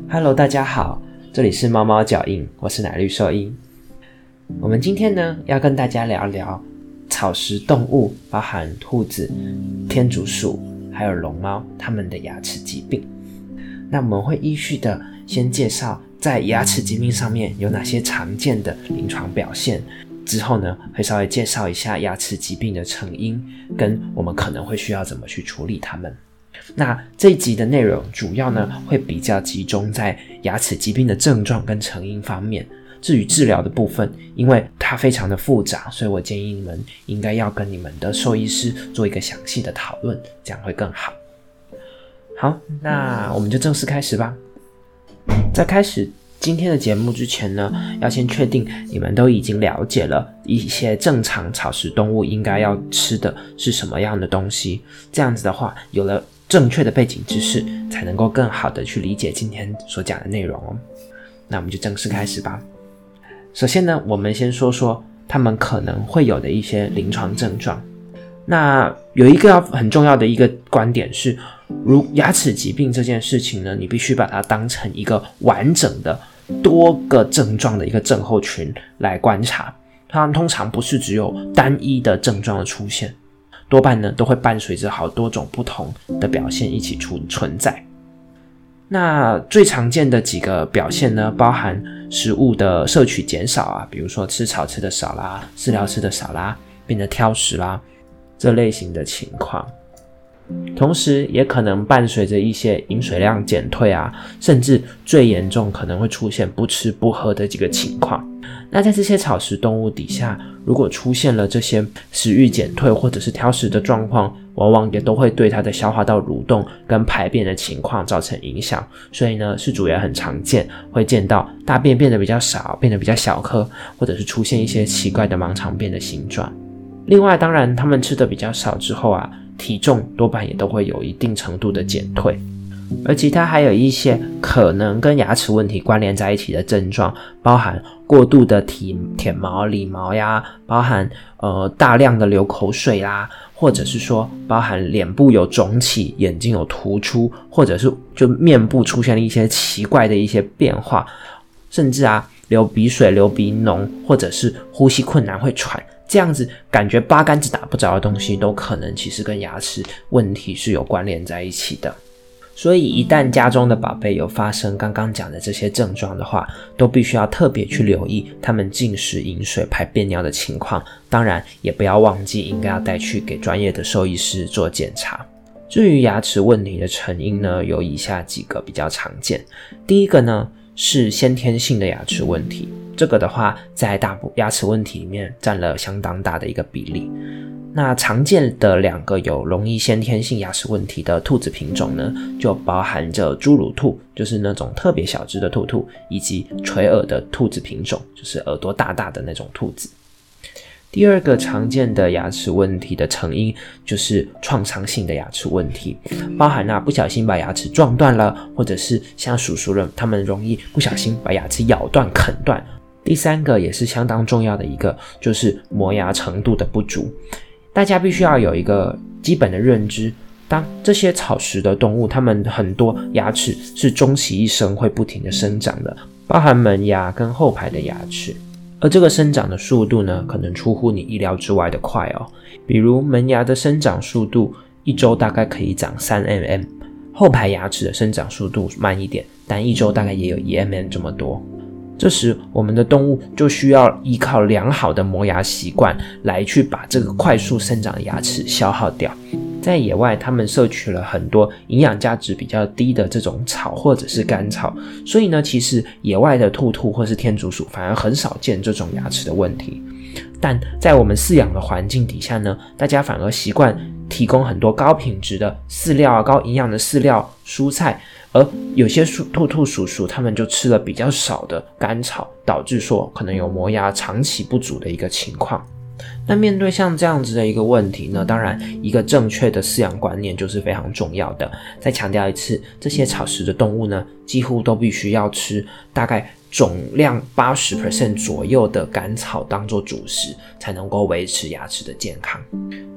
Hello， 大家好，这里是猫猫脚印，我是奶绿兽医。我们今天呢要跟大家聊聊草食动物，包含兔子、天竺鼠还有龙猫，它们的牙齿疾病。那我们会依序的先介绍在牙齿疾病上面有哪些常见的临床表现，之后呢会稍微介绍一下牙齿疾病的成因，跟我们可能会需要怎么去处理它们。那这一集的内容主要呢会比较集中在牙齿疾病的症状跟成因方面，至于治疗的部分，因为它非常的复杂，所以我建议你们应该要跟你们的兽医师做一个详细的讨论，这样会更好。好，那我们就正式开始吧。在开始今天的节目之前呢，要先确定你们都已经了解了一些正常草食动物应该要吃的是什么样的东西，这样子的话有了正确的背景知识，才能够更好的去理解今天所讲的内容哦。那我们就正式开始吧。首先呢，我们先说说他们可能会有的一些临床症状。那有一个很重要的一个观点是，如牙齿疾病这件事情呢，你必须把它当成一个完整的多个症状的一个症候群来观察，它通常不是只有单一的症状的出现，多半呢都会伴随着好多种不同的表现一起存在。那最常见的几个表现呢，包含食物的摄取减少啊，比如说吃草吃的少啦，饲料吃的少啦，变得挑食啦，这类型的情况。同时也可能伴随着一些饮水量减退啊，甚至最严重可能会出现不吃不喝的这个情况。那在这些草食动物底下，如果出现了这些食欲减退或者是挑食的状况，往往也都会对它的消化道蠕动跟排便的情况造成影响。所以呢，饲主也很常见会见到大便变得比较少，变得比较小颗，或者是出现一些奇怪的盲肠便的形状。另外当然他们吃的比较少之后啊，体重多半也都会有一定程度的减退。而其他还有一些可能跟牙齿问题关联在一起的症状，包含过度的舔毛理毛呀，包含大量的流口水啦，或者是说包含脸部有肿起，眼睛有突出，或者是就面部出现了一些奇怪的一些变化，甚至啊流鼻水流鼻脓，或者是呼吸困难会喘，这样子感觉八竿子打不着的东西，都可能其实跟牙齿问题是有关联在一起的。所以一旦家中的宝贝有发生刚刚讲的这些症状的话，都必须要特别去留意他们进食、饮水、排便尿的情况，当然也不要忘记应该要带去给专业的兽医师做检查。至于牙齿问题的成因呢，有以下几个比较常见。第一个呢是先天性的牙齿问题，这个的话在大部牙齿问题里面占了相当大的一个比例。那常见的两个有容易先天性牙齿问题的兔子品种呢，就包含着侏儒兔，就是那种特别小只的兔兔，以及垂耳的兔子品种，就是耳朵大大的那种兔子。第二个常见的牙齿问题的成因就是创伤性的牙齿问题，包含不小心把牙齿撞断了，或者是像鼠鼠人他们容易不小心把牙齿咬断啃断。第三个也是相当重要的一个，就是磨牙程度的不足。大家必须要有一个基本的认知，当这些草食的动物，它们很多牙齿是终其一生会不停的生长的，包含门牙跟后排的牙齿。而这个生长的速度呢，可能出乎你意料之外的快哦。比如门牙的生长速度一周大概可以长3mm， 后排牙齿的生长速度慢一点，但一周大概也有1mm 这么多。这时我们的动物就需要依靠良好的磨牙习惯来去把这个快速生长的牙齿消耗掉。在野外他们摄取了很多营养价值比较低的这种草或者是干草，所以呢其实野外的兔兔或是天竺鼠反而很少见这种牙齿的问题。但在我们饲养的环境底下呢，大家反而习惯提供很多高品质的饲料高营养的饲料蔬菜，而有些兔兔鼠鼠他们就吃了比较少的干草，导致说可能有磨牙长期不足的一个情况。那面对像这样子的一个问题呢，当然一个正确的饲养观念就是非常重要的。再强调一次，这些草食的动物呢，几乎都必须要吃大概总量 80% 左右的干草当做主食，才能够维持牙齿的健康。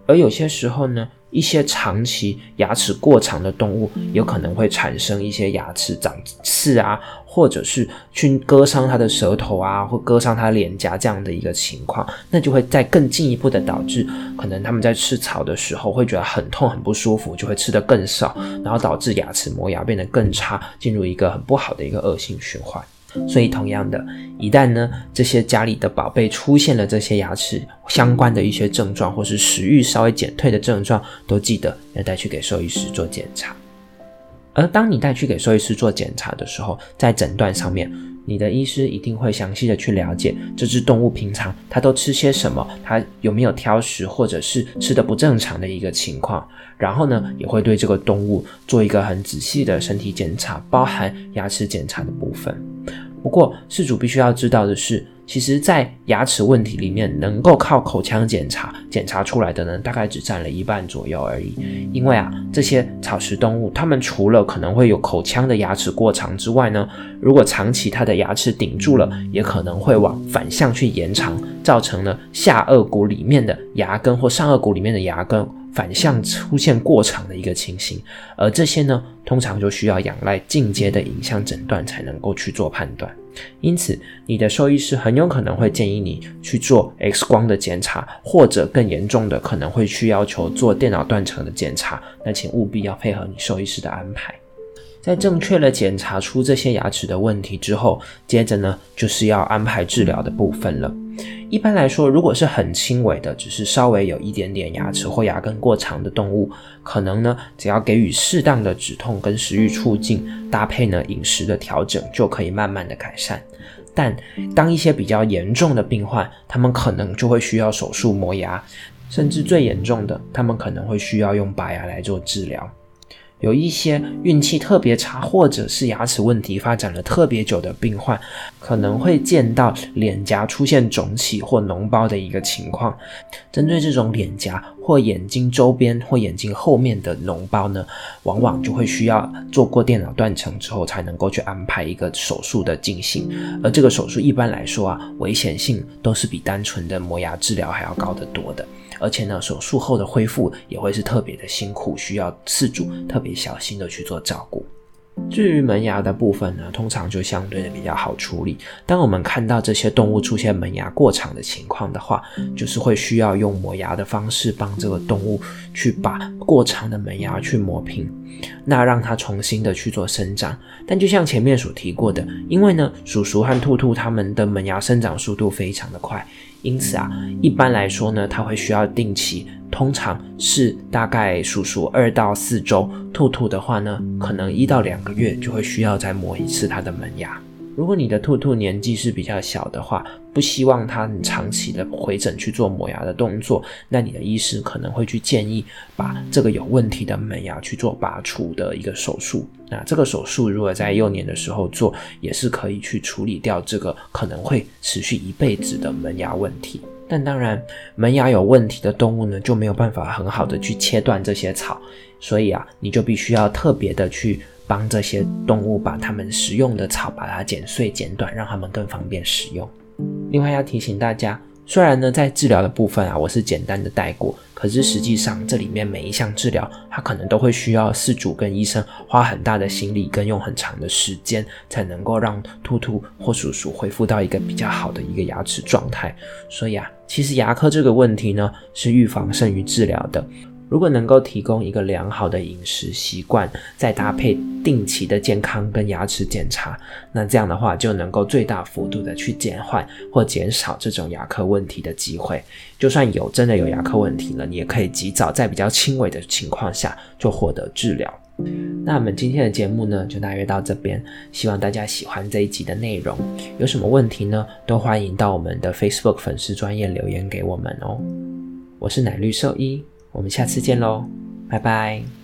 而有些时候呢，一些长期牙齿过长的动物有可能会产生一些牙齿长刺啊，或者是去割伤它的舌头啊，或割伤它的脸颊这样的一个情况，那就会再更进一步的导致可能他们在吃草的时候会觉得很痛很不舒服，就会吃得更少，然后导致牙齿磨牙变得更差，进入一个很不好的一个恶性循环。所以同样的，一旦呢这些家里的宝贝出现了这些牙齿相关的一些症状，或是食欲稍微减退的症状，都记得要带去给兽医师做检查。而当你带去给兽医师做检查的时候，在诊断上面，你的医师一定会详细的去了解这只动物平常它都吃些什么，它有没有挑食或者是吃得不正常的一个情况，然后呢也会对这个动物做一个很仔细的身体检查，包含牙齿检查的部分。不过饲主必须要知道的是，其实在牙齿问题里面，能够靠口腔检查出来的呢，大概只占了一半左右而已。因为这些草食动物，它们除了可能会有口腔的牙齿过长之外呢，如果长期它的牙齿顶住了，也可能会往反向去延长，造成了下颚骨里面的牙根或上颚骨里面的牙根反向出现过长的一个情形。而这些呢，通常就需要仰赖进阶的影像诊断才能够去做判断。因此你的兽医师很有可能会建议你去做 X 光的检查，或者更严重的可能会去要求做电脑断层的检查，那请务必要配合你兽医师的安排。在正确的检查出这些牙齿的问题之后，接着呢就是要安排治疗的部分了。一般来说，如果是很轻微的，只是稍微有一点点牙齿或牙根过长的动物，可能呢只要给予适当的止痛跟食欲促进，搭配呢饮食的调整，就可以慢慢的改善。但当一些比较严重的病患，他们可能就会需要手术磨牙，甚至最严重的，他们可能会需要用拔牙来做治疗。有一些运气特别差，或者是牙齿问题发展了特别久的病患，可能会见到脸颊出现肿起或脓包的一个情况。针对这种脸颊或眼睛周边或眼睛后面的脓包呢，往往就会需要做过电脑断层之后才能够去安排一个手术的进行。而这个手术一般来说危险性都是比单纯的磨牙治疗还要高得多的。而且呢，手术后的恢复也会是特别的辛苦，需要饲主特别小心的去做照顾。至于门牙的部分呢，通常就相对的比较好处理。当我们看到这些动物出现门牙过长的情况的话，就是会需要用磨牙的方式帮这个动物去把过长的门牙去磨平，那让它重新的去做生长。但就像前面所提过的，因为呢鼠鼠和兔兔它们的门牙生长速度非常的快，因此一般来说呢，它会需要定期，通常是大概鼠鼠2到4周，兔兔的话呢，可能1到2个月就会需要再磨一次它的门牙。如果你的兔兔年纪是比较小的话，不希望它很长期的回诊去做磨牙的动作，那你的医师可能会去建议把这个有问题的门牙去做拔除的一个手术。那这个手术如果在幼年的时候做，也是可以去处理掉这个可能会持续一辈子的门牙问题。但当然，门牙有问题的动物呢，就没有办法很好的去切断这些草，所以你就必须要特别的去帮这些动物把它们食用的草把它剪碎剪短，让它们更方便食用。另外要提醒大家，虽然呢在治疗的部分我是简单的带过，可是实际上这里面每一项治疗它可能都会需要饲主跟医生花很大的心力跟用很长的时间，才能够让兔兔或鼠鼠恢复到一个比较好的一个牙齿状态。所以其实牙科这个问题呢是预防胜于治疗的。如果能够提供一个良好的饮食习惯，再搭配定期的健康跟牙齿检查，那这样的话就能够最大幅度的去减缓或减少这种牙科问题的机会。就算真的有牙科问题了，你也可以及早在比较轻微的情况下就获得治疗。那我们今天的节目呢就大约到这边，希望大家喜欢这一集的内容。有什么问题呢，都欢迎到我们的 Facebook 粉丝专页留言给我们哦。我是奶绿兽医，我们下次见咯，拜拜。